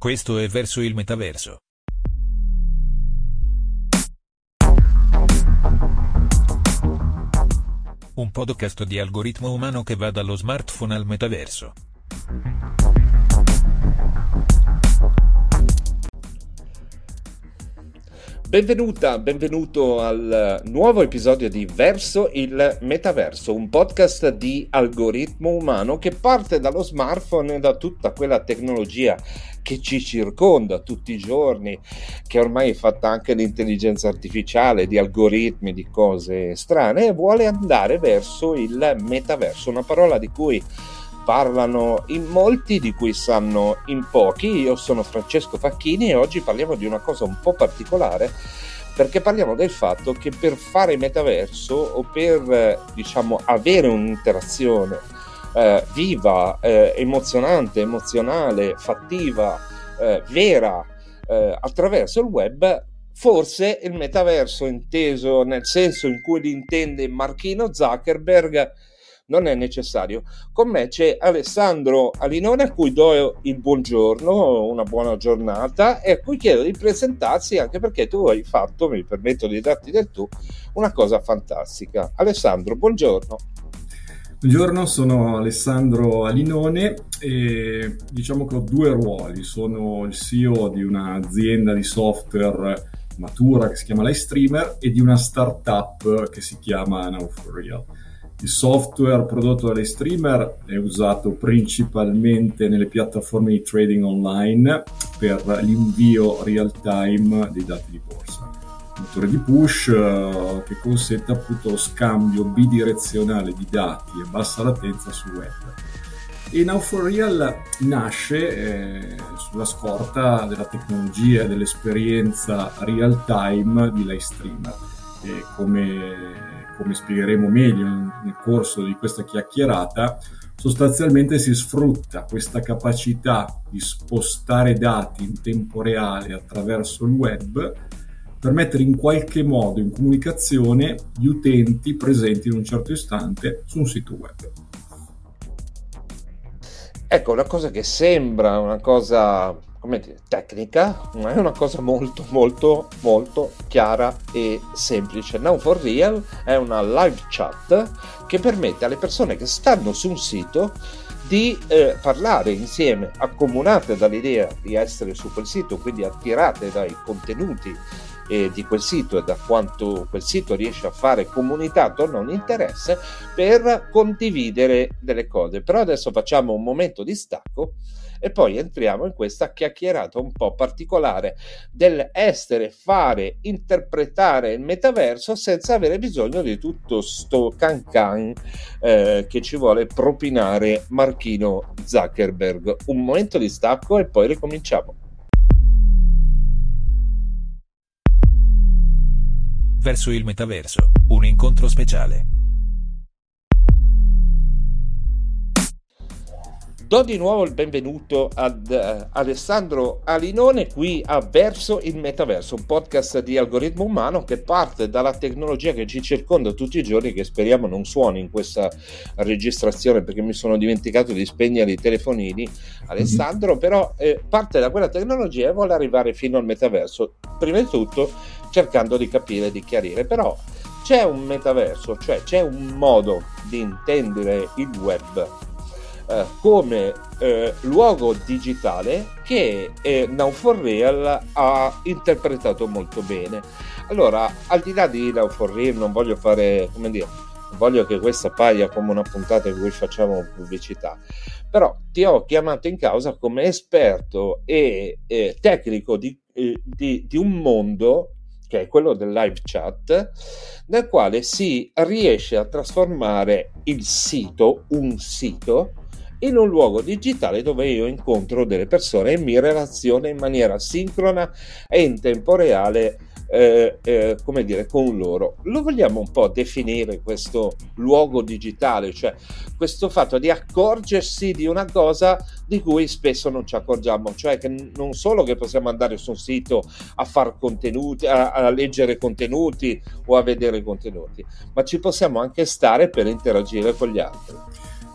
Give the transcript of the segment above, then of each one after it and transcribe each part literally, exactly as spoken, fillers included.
Questo è Verso il metaverso. Un podcast di algoritmo umano che va dallo smartphone al metaverso. Benvenuta, benvenuto al nuovo episodio di Verso il metaverso, un podcast di algoritmo umano che parte dallo smartphone e da tutta quella tecnologia che ci circonda tutti i giorni, che ormai è fatta anche di intelligenza artificiale, di algoritmi, di cose strane, e vuole andare verso il metaverso, una parola di cui parlano in molti, di cui sanno in pochi. Io sono Francesco Facchini e oggi parliamo di una cosa un po' particolare, perché parliamo del fatto che per fare metaverso o per diciamo avere un'interazione eh, viva, eh, emozionante, emozionale, fattiva, eh, vera eh, attraverso il web, forse il metaverso inteso nel senso in cui l'intende Marchino Zuckerberg non è necessario. Con me c'è Alessandro Alinone, a cui do il buongiorno, una buona giornata, e a cui chiedo di presentarsi, anche perché tu hai fatto, mi permetto di darti del tu, una cosa fantastica. Alessandro, buongiorno. Buongiorno, sono Alessandro Alinone e diciamo che ho due ruoli. Sono il C E O di un'azienda di software matura che si chiama Livestreamer e di una startup che si chiama Now for Real. Il software prodotto da Livestreamer è usato principalmente nelle piattaforme di trading online per l'invio real time dei dati di borsa. Un motore di push uh, che consente appunto lo scambio bidirezionale di dati a bassa latenza sul web. E Now for Real nasce eh, sulla scorta della tecnologia e dell'esperienza real time di Livestreamer. E come come spiegheremo meglio nel corso di questa chiacchierata, sostanzialmente si sfrutta questa capacità di spostare dati in tempo reale attraverso il web per mettere in qualche modo in comunicazione gli utenti presenti in un certo istante su un sito web. Ecco, una cosa che sembra una cosa, come dire, tecnica, ma è una cosa molto molto molto chiara e semplice. Now for Real è una live chat che permette alle persone che stanno su un sito di eh, parlare insieme, accomunate dall'idea di essere su quel sito, quindi attirate dai contenuti eh, di quel sito e da quanto quel sito riesce a fare comunità attorno a un interesse, per condividere delle cose. Però adesso facciamo un momento di stacco e poi entriamo in questa chiacchierata un po' particolare dell'essere, fare, interpretare il metaverso senza avere bisogno di tutto sto cancan eh, che ci vuole propinare Marchino Zuckerberg. Un momento di stacco e poi ricominciamo. Verso il metaverso, un incontro speciale. Do di nuovo il benvenuto ad uh, Alessandro Alinone qui a Verso il metaverso, un podcast di algoritmo umano che parte dalla tecnologia che ci circonda tutti i giorni, che speriamo non suoni in questa registrazione perché mi sono dimenticato di spegnere i telefonini, Alessandro, però eh, parte da quella tecnologia e vuole arrivare fino al metaverso, prima di tutto cercando di capire, di chiarire. Però c'è un metaverso, cioè c'è un modo di intendere il web eh, come eh, luogo digitale che eh, Now for Real ha interpretato molto bene. Allora, al di là di Now for Real, non voglio fare, come dire, non voglio che questa appaia come una puntata in cui facciamo pubblicità, però ti ho chiamato in causa come esperto e eh, tecnico di, eh, di, di un mondo che è quello del live chat, nel quale si riesce a trasformare il sito, un sito, in un luogo digitale dove io incontro delle persone e mi relaziono in maniera sincrona e in tempo reale, eh, eh, come dire, con loro. Lo vogliamo un po' definire questo luogo digitale, cioè questo fatto di accorgersi di una cosa di cui spesso non ci accorgiamo, cioè che non solo che possiamo andare su un sito a far contenuti, a, a leggere contenuti o a vedere contenuti, ma ci possiamo anche stare per interagire con gli altri.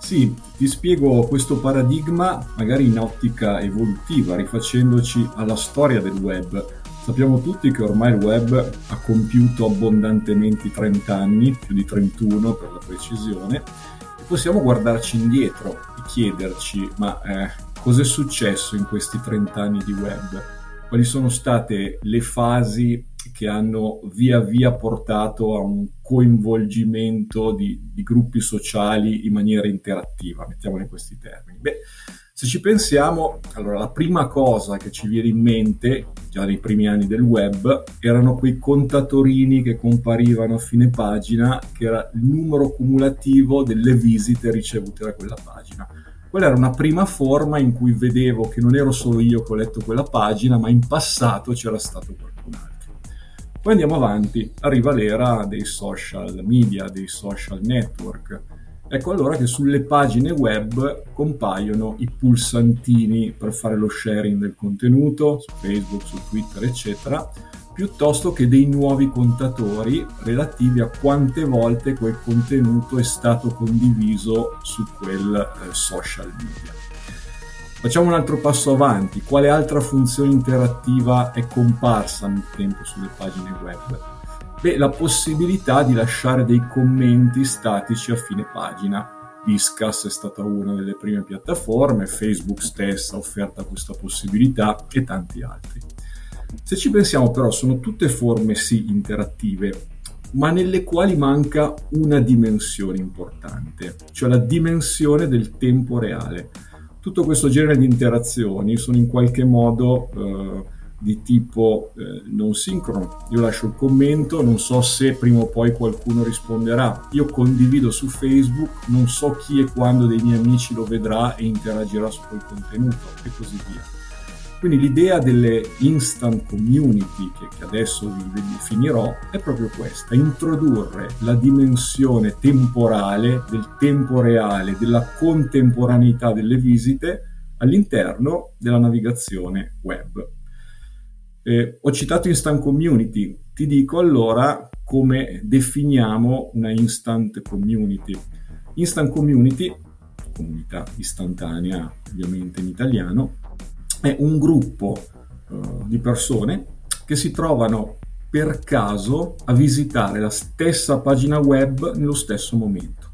Sì, ti spiego questo paradigma magari in ottica evolutiva, rifacendoci alla storia del web. Sappiamo tutti che ormai il web ha compiuto abbondantemente i trenta anni, più di trentuno per la precisione, e possiamo guardarci indietro e chiederci, ma eh, cosa è successo in questi trenta anni di web? Quali sono state le fasi che hanno via via portato a un coinvolgimento di, di gruppi sociali in maniera interattiva, mettiamolo in questi termini. Beh, se ci pensiamo, allora la prima cosa che ci viene in mente, già nei primi anni del web, erano quei contatorini che comparivano a fine pagina, che era il numero cumulativo delle visite ricevute da quella pagina. Quella era una prima forma in cui vedevo che non ero solo io che ho letto quella pagina, ma in passato c'era stato qualcun altro. Poi andiamo avanti, arriva l'era dei social media, dei social network. Ecco allora che sulle pagine web compaiono i pulsantini per fare lo sharing del contenuto, su Facebook, su Twitter, eccetera, piuttosto che dei nuovi contatori relativi a quante volte quel contenuto è stato condiviso su quel eh, social media. Facciamo un altro passo avanti. Quale altra funzione interattiva è comparsa nel tempo sulle pagine web? Beh, la possibilità di lasciare dei commenti statici a fine pagina. Disqus è stata una delle prime piattaforme, Facebook stessa ha offerto questa possibilità e tanti altri. Se ci pensiamo però sono tutte forme sì interattive, ma nelle quali manca una dimensione importante, cioè la dimensione del tempo reale. Tutto questo genere di interazioni sono in qualche modo eh, di tipo eh, non sincrono. Io lascio il commento, non so se prima o poi qualcuno risponderà. Io condivido su Facebook, non so chi e quando dei miei amici lo vedrà e interagirà su quel contenuto e così via. Quindi l'idea delle instant community, che, che adesso vi, vi definirò, è proprio questa: introdurre la dimensione temporale, del tempo reale, della contemporaneità delle visite all'interno della navigazione web. Eh, ho citato instant community, ti dico allora come definiamo una instant community. Instant community, comunità istantanea ovviamente in italiano, è un gruppo uh, di persone che si trovano per caso a visitare la stessa pagina web nello stesso momento.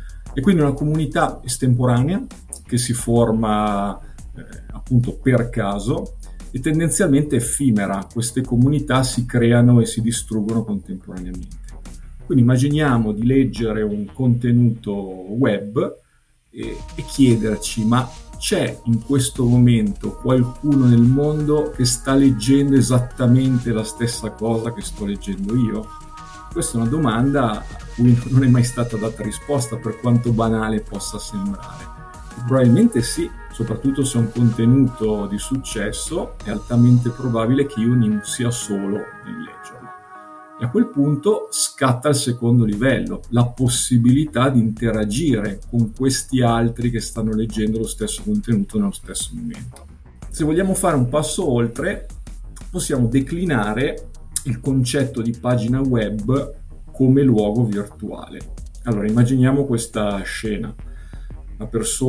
E quindi una comunità estemporanea che si forma eh, appunto per caso e tendenzialmente effimera. Queste comunità si creano e si distruggono contemporaneamente. Quindi immaginiamo di leggere un contenuto web e, e chiederci: ma c'è in questo momento qualcuno nel mondo che sta leggendo esattamente la stessa cosa che sto leggendo io? Questa è una domanda a cui non è mai stata data risposta, per quanto banale possa sembrare. Probabilmente sì, soprattutto se è un contenuto di successo, è altamente probabile che io non sia solo nel leggerlo. E a quel punto scatta il secondo livello, la possibilità di interagire con questi altri che stanno leggendo lo stesso contenuto nello stesso momento. Se vogliamo fare un passo oltre, possiamo declinare il concetto di pagina web come luogo virtuale. Allora, immaginiamo questa scena: una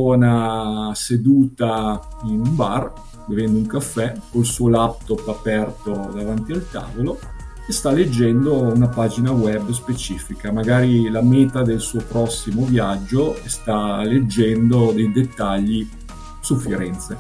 persona seduta in un bar, bevendo un caffè, col suo laptop aperto davanti al tavolo, e sta leggendo una pagina web specifica, magari la meta del suo prossimo viaggio, e sta leggendo dei dettagli su Firenze.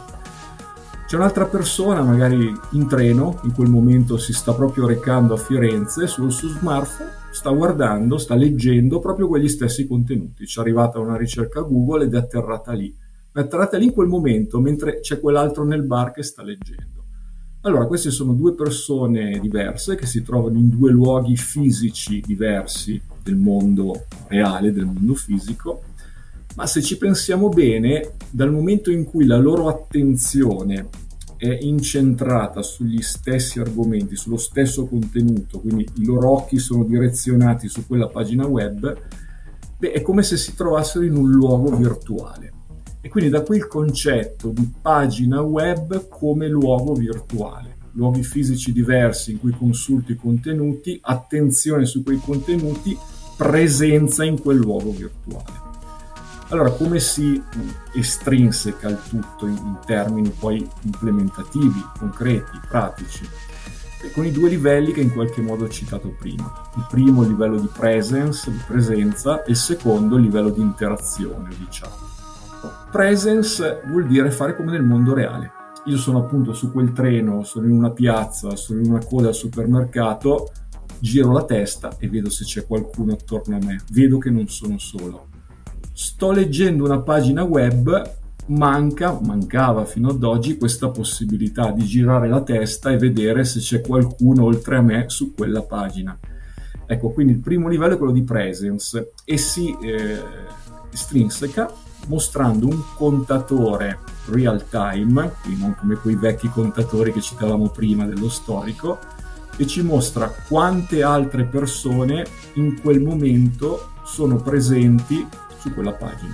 C'è un'altra persona, magari in treno, in quel momento si sta proprio recando a Firenze, sul suo smartphone sta guardando, sta leggendo proprio quegli stessi contenuti. C'è arrivata una ricerca Google ed è atterrata lì. È atterrata lì in quel momento, mentre c'è quell'altro nel bar che sta leggendo. Allora, queste sono due persone diverse che si trovano in due luoghi fisici diversi del mondo reale, del mondo fisico, ma se ci pensiamo bene, dal momento in cui la loro attenzione è incentrata sugli stessi argomenti, sullo stesso contenuto, quindi i loro occhi sono direzionati su quella pagina web, beh, è come se si trovassero in un luogo virtuale. E quindi da qui il concetto di pagina web come luogo virtuale, luoghi fisici diversi in cui consulti i contenuti, attenzione su quei contenuti, presenza in quel luogo virtuale. Allora, come si estrinseca il tutto in, in termini poi implementativi, concreti, pratici? E con i due livelli che in qualche modo ho citato prima. Il primo, il livello di presence, di presenza, e il secondo, il livello di interazione, diciamo. Presence vuol dire fare come nel mondo reale. Io sono appunto su quel treno, sono in una piazza, sono in una coda al supermercato, giro la testa e vedo se c'è qualcuno attorno a me, vedo che non sono solo. Sto leggendo una pagina web, manca, mancava fino ad oggi questa possibilità di girare la testa e vedere se c'è qualcuno oltre a me su quella pagina. Ecco, quindi il primo livello è quello di presence e si eh, estrinseca mostrando un contatore real time, quindi non come quei vecchi contatori che citavamo prima dello storico, che ci mostra quante altre persone in quel momento sono presenti su quella pagina.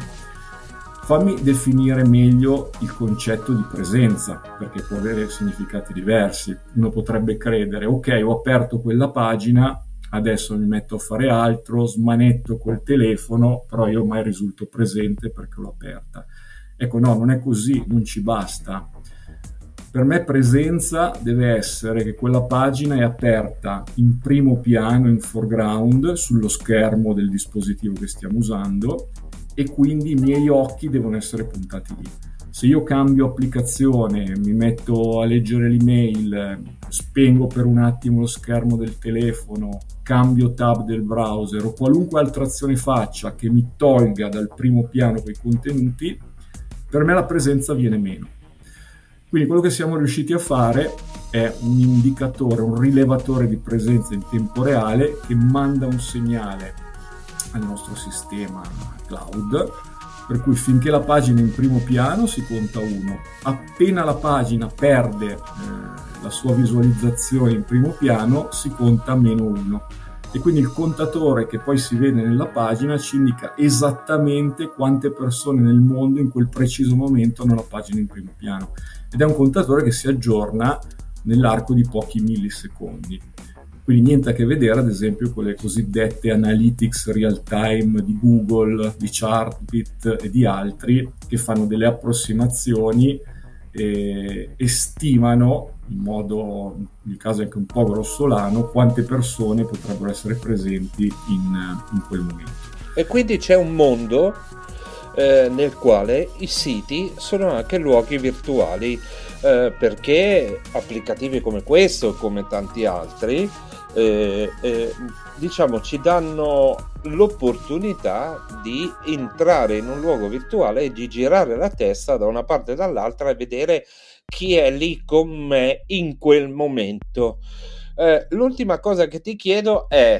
Fammi definire meglio il concetto di presenza, perché può avere significati diversi. Uno potrebbe credere, ok, ho aperto quella pagina, adesso mi metto a fare altro, smanetto col telefono, però io mai risulto presente perché l'ho aperta. Ecco, no, non è così, non ci basta. Per me presenza deve essere che quella pagina è aperta in primo piano, in foreground, sullo schermo del dispositivo che stiamo usando, e quindi i miei occhi devono essere puntati lì. Se io cambio applicazione, mi metto a leggere l'email, spengo per un attimo lo schermo del telefono, cambio tab del browser o qualunque altra azione faccia che mi tolga dal primo piano quei contenuti, per me la presenza viene meno. Quindi quello che siamo riusciti a fare è un indicatore, un rilevatore di presenza in tempo reale che manda un segnale al nostro sistema cloud, per cui finché la pagina è in primo piano si conta uno, appena la pagina perde eh, la sua visualizzazione in primo piano si conta meno uno, e quindi il contatore che poi si vede nella pagina ci indica esattamente quante persone nel mondo in quel preciso momento hanno la pagina in primo piano, ed è un contatore che si aggiorna nell'arco di pochi millisecondi. Quindi niente a che vedere ad esempio con le cosiddette analytics real time di Google, di Chartbit e di altri, che fanno delle approssimazioni e, e stimano in modo, nel caso anche un po' grossolano, quante persone potrebbero essere presenti in, in quel momento. E quindi c'è un mondo eh, nel quale i siti sono anche luoghi virtuali, eh, perché applicativi come questo e come tanti altri Eh, eh, diciamo ci danno l'opportunità di entrare in un luogo virtuale e di girare la testa da una parte e dall'altra e vedere chi è lì con me in quel momento. Eh, l'ultima cosa che ti chiedo è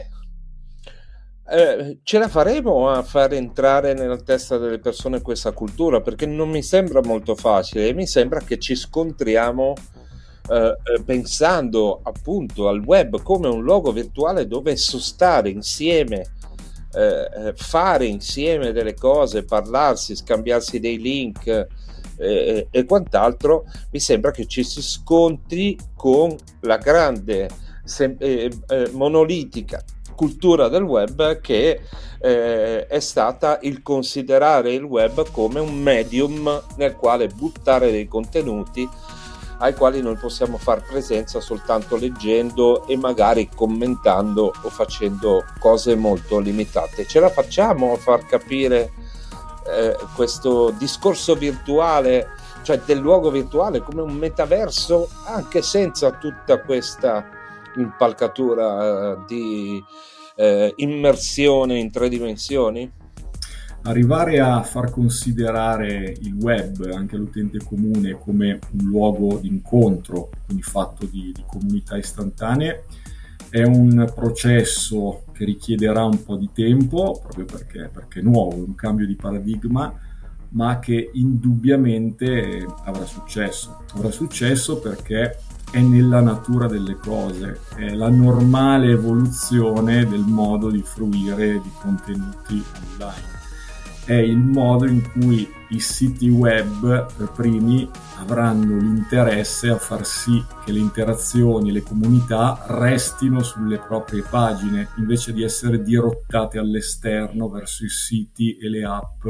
eh, ce la faremo a far entrare nella testa delle persone questa cultura? Perché non mi sembra molto facile e mi sembra che ci scontriamo Uh, pensando appunto al web come un luogo virtuale dove sostare insieme, uh, fare insieme delle cose, parlarsi, scambiarsi dei link uh, e quant'altro. Mi sembra che ci si scontri con la grande sem- eh, eh, monolitica cultura del web, che eh, è stata il considerare il web come un medium nel quale buttare dei contenuti ai quali noi possiamo far presenza soltanto leggendo e magari commentando o facendo cose molto limitate. Ce la facciamo a far capire eh, questo discorso virtuale, cioè del luogo virtuale come un metaverso, anche senza tutta questa impalcatura eh, di eh, immersione in tre dimensioni? Arrivare a far considerare il web anche all'utente comune come un luogo di incontro, quindi fatto di, di comunità istantanee, è un processo che richiederà un po' di tempo, proprio perché, perché è nuovo, è un cambio di paradigma, ma che indubbiamente avrà successo. Avrà successo perché è nella natura delle cose, è la normale evoluzione del modo di fruire di contenuti online. È il modo in cui i siti web per primi avranno l'interesse a far sì che le interazioni, le comunità restino sulle proprie pagine, invece di essere dirottate all'esterno verso i siti e le app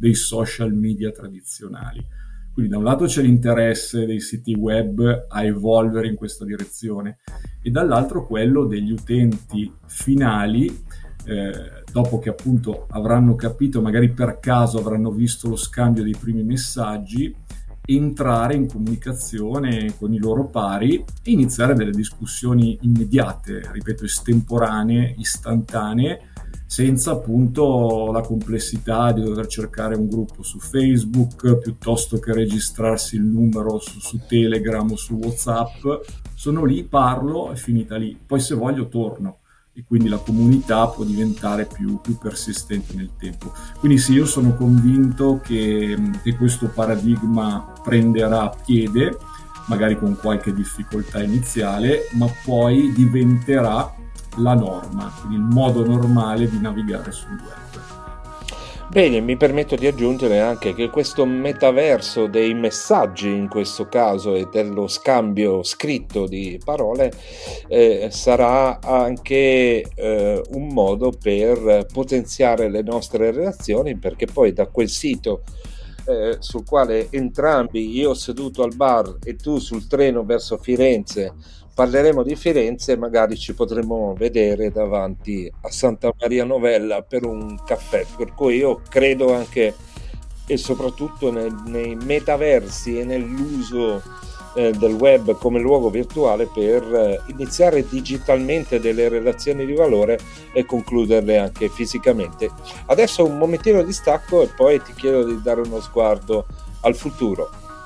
dei social media tradizionali. Quindi da un lato c'è l'interesse dei siti web a evolvere in questa direzione e dall'altro quello degli utenti finali, eh, dopo che appunto avranno capito, magari per caso avranno visto lo scambio dei primi messaggi, entrare in comunicazione con i loro pari e iniziare delle discussioni immediate, ripeto, estemporanee, istantanee, senza appunto la complessità di dover cercare un gruppo su Facebook piuttosto che registrarsi il numero su, su Telegram o su WhatsApp. Sono lì, parlo, è finita lì. Poi se voglio torno e quindi la comunità può diventare più, più persistente nel tempo. Quindi sì, io sono convinto che, che questo paradigma prenderà piede, magari con qualche difficoltà iniziale, ma poi diventerà la norma, quindi il modo normale di navigare sul web. Bene, mi permetto di aggiungere anche che questo metaverso dei messaggi, in questo caso, e dello scambio scritto di parole, eh, sarà anche eh, un modo per potenziare le nostre relazioni, perché poi da quel sito eh, sul quale entrambi, io seduto al bar e tu sul treno verso Firenze, parleremo di Firenze, magari ci potremo vedere davanti a Santa Maria Novella per un caffè. Per cui io credo anche e soprattutto nel, nei metaversi e nell'uso eh, del web come luogo virtuale per eh, iniziare digitalmente delle relazioni di valore e concluderle anche fisicamente. Adesso un momentino di stacco e poi ti chiedo di dare uno sguardo al futuro.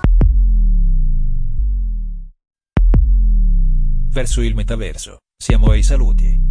Verso il metaverso, siamo ai saluti.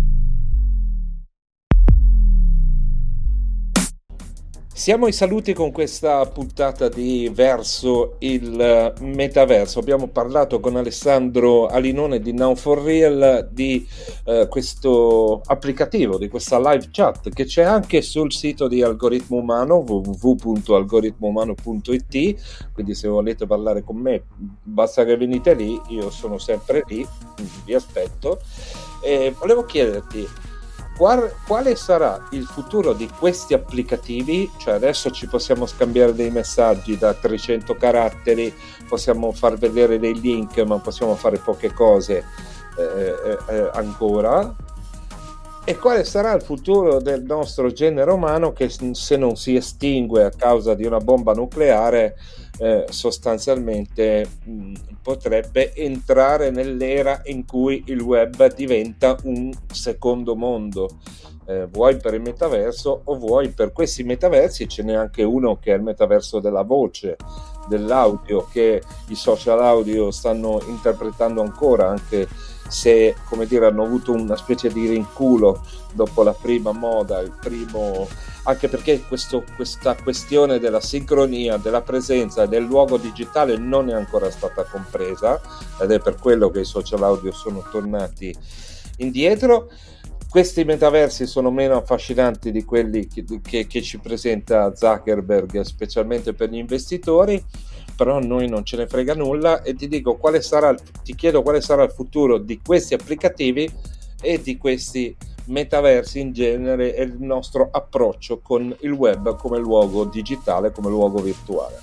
Siamo ai saluti con questa puntata di Verso il metaverso. Abbiamo parlato con Alessandro Alinone di Now for Real di eh, questo applicativo, di questa live chat che c'è anche sul sito di Algoritmo Umano, w w w punto algoritmo umano punto i t. Quindi se volete parlare con me basta che venite lì, io sono sempre lì, vi aspetto. E volevo chiederti Qual, quale sarà il futuro di questi applicativi? Cioè adesso ci possiamo scambiare dei messaggi da trecento caratteri, possiamo far vedere dei link, ma possiamo fare poche cose eh, eh, ancora. E quale sarà il futuro del nostro genere umano che, se non si estingue a causa di una bomba nucleare, eh, sostanzialmente mh, potrebbe entrare nell'era in cui il web diventa un secondo mondo, eh, vuoi per il metaverso o vuoi per questi metaversi. Ce n'è anche uno che è il metaverso della voce, dell'audio, che i social audio stanno interpretando ancora, anche se, come dire, hanno avuto una specie di rinculo dopo la prima moda, il primo, anche perché questo, questa questione della sincronia, della presenza e del luogo digitale non è ancora stata compresa, ed è per quello che i social audio sono tornati indietro. Questi metaversi sono meno affascinanti di quelli che, che, che ci presenta Zuckerberg, specialmente per gli investitori, però a noi non ce ne frega nulla. E ti dico quale sarà, ti chiedo quale sarà il futuro di questi applicativi e di questi metaversi in genere, e il nostro approccio con il web come luogo digitale, come luogo virtuale.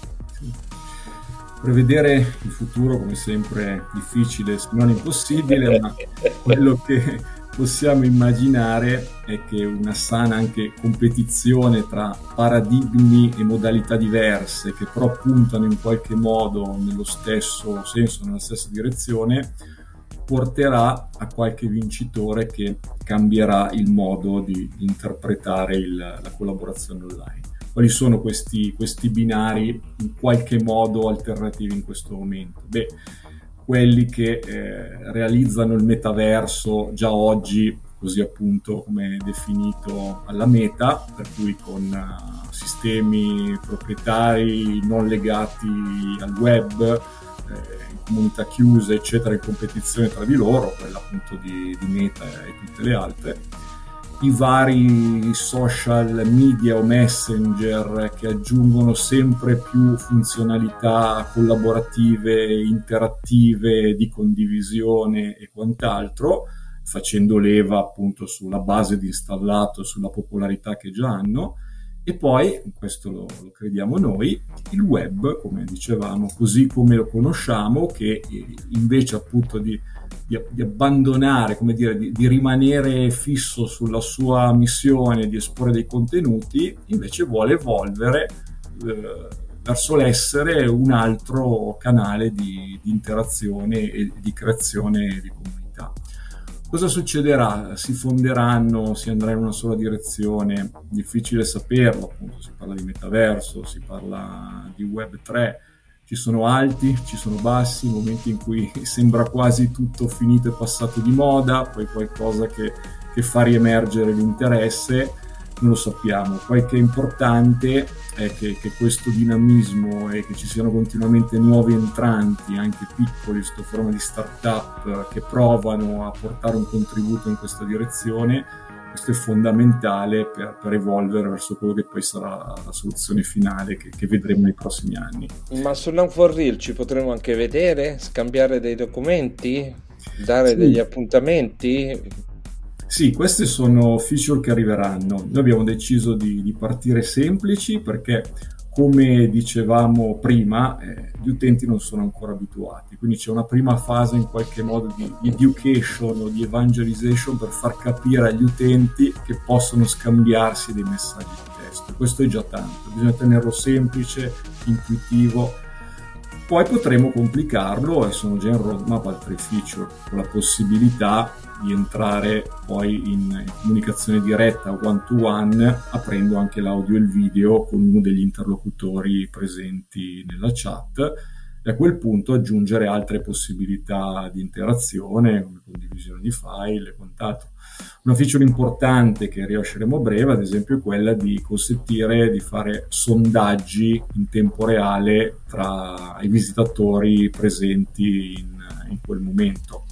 Prevedere il futuro, come sempre, è difficile, se non impossibile, ma quello che possiamo immaginare è che una sana anche competizione tra paradigmi e modalità diverse, che però puntano in qualche modo nello stesso senso, nella stessa direzione, porterà a qualche vincitore che cambierà il modo di, di interpretare il, la collaborazione online. Quali sono questi, questi binari in qualche modo alternativi in questo momento? Beh, quelli che eh, realizzano il metaverso già oggi, così appunto come definito alla Meta, per cui con uh, sistemi proprietari non legati al web, eh, comunità chiuse, eccetera, in competizione tra di loro, quella appunto di, di Meta e tutte le altre. I vari social media o messenger che aggiungono sempre più funzionalità collaborative, interattive, di condivisione e quant'altro, facendo leva appunto sulla base di installato, sulla popolarità che già hanno, E poi, questo lo, lo crediamo noi, il web, come dicevamo, così come lo conosciamo, che invece appunto di, di, di abbandonare, come dire, di, di rimanere fisso sulla sua missione di esporre dei contenuti, invece vuole evolvere eh, verso l'essere un altro canale di, di interazione e di creazione di comunità. Cosa succederà? Si fonderanno, si andrà in una sola direzione? Difficile saperlo, appunto si parla di metaverso, si parla di web tre, ci sono alti, ci sono bassi, momenti in cui sembra quasi tutto finito e passato di moda, poi qualcosa che, che fa riemergere l'interesse, non lo sappiamo. Quel che è importante è che, che questo dinamismo e che ci siano continuamente nuovi entranti, anche piccoli, sotto forma di start-up, che provano a portare un contributo in questa direzione. Questo è fondamentale per, per evolvere verso quello che poi sarà la soluzione finale che, che vedremo nei prossimi anni. Ma sull'Un for Real ci potremo anche vedere, scambiare dei documenti, dare sì. degli appuntamenti? Sì, queste sono feature che arriveranno. Noi abbiamo deciso di, di partire semplici perché, come dicevamo prima, eh, gli utenti non sono ancora abituati, quindi c'è una prima fase in qualche modo di, di education o di evangelization per far capire agli utenti che possono scambiarsi dei messaggi di testo. Questo è già tanto, bisogna tenerlo semplice, intuitivo. Poi potremo complicarlo e sono già in roadmap altre feature, con la possibilità di entrare poi in comunicazione diretta one to one, aprendo anche l'audio e il video con uno degli interlocutori presenti nella chat, e a quel punto aggiungere altre possibilità di interazione come condivisione di file e quant'altro. Una feature importante che rilasceremo a breve, ad esempio, è quella di consentire di fare sondaggi in tempo reale tra i visitatori presenti in, in quel momento.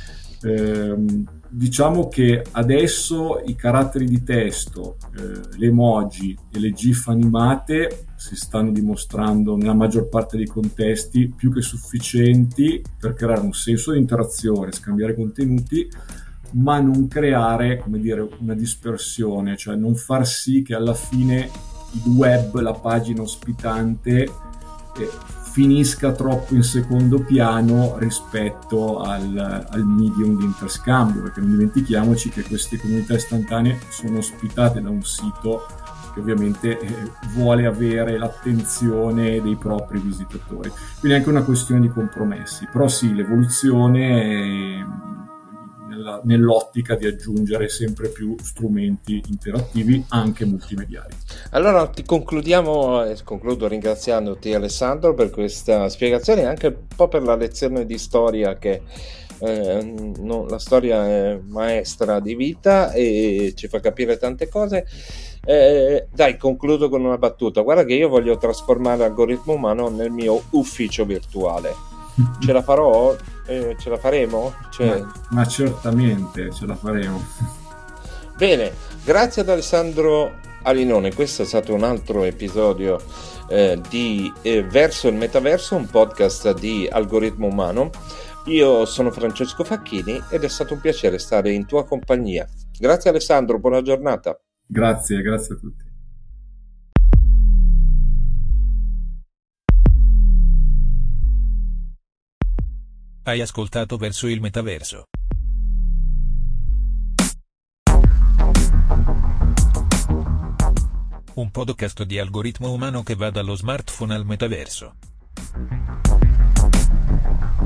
Eh, diciamo che adesso i caratteri di testo, eh, le emoji e le gif animate si stanno dimostrando nella maggior parte dei contesti più che sufficienti per creare un senso di interazione, scambiare contenuti, ma non creare, come dire, una dispersione, cioè non far sì che alla fine il web, la pagina ospitante, eh, finisca troppo in secondo piano rispetto al, al medium di interscambio, perché non dimentichiamoci che queste comunità istantanee sono ospitate da un sito che ovviamente eh, vuole avere l'attenzione dei propri visitatori, quindi è anche una questione di compromessi. Però sì, l'evoluzione è nella, nell'ottica di aggiungere sempre più strumenti interattivi anche multimediali. Allora ti concludiamo e concludo ringraziandoti, Alessandro, per questa spiegazione e anche un po' per la lezione di storia che eh, no, la storia è maestra di vita e ci fa capire tante cose. Eh, dai, concludo con una battuta. Guarda che io voglio trasformare l'algoritmo umano nel mio ufficio virtuale. Ce la farò? Eh, ce la faremo? Cioè... Ma, ma certamente ce la faremo. Bene, grazie ad Alessandro Alinone. Questo è stato un altro episodio eh, di eh, Verso il Metaverso, un podcast di Algoritmo Umano. Io sono Francesco Facchini ed è stato un piacere stare in tua compagnia. Grazie Alessandro, buona giornata. Grazie, grazie a tutti. Hai ascoltato Verso il Metaverso. Un podcast di Algoritmo Umano che va dallo smartphone al metaverso.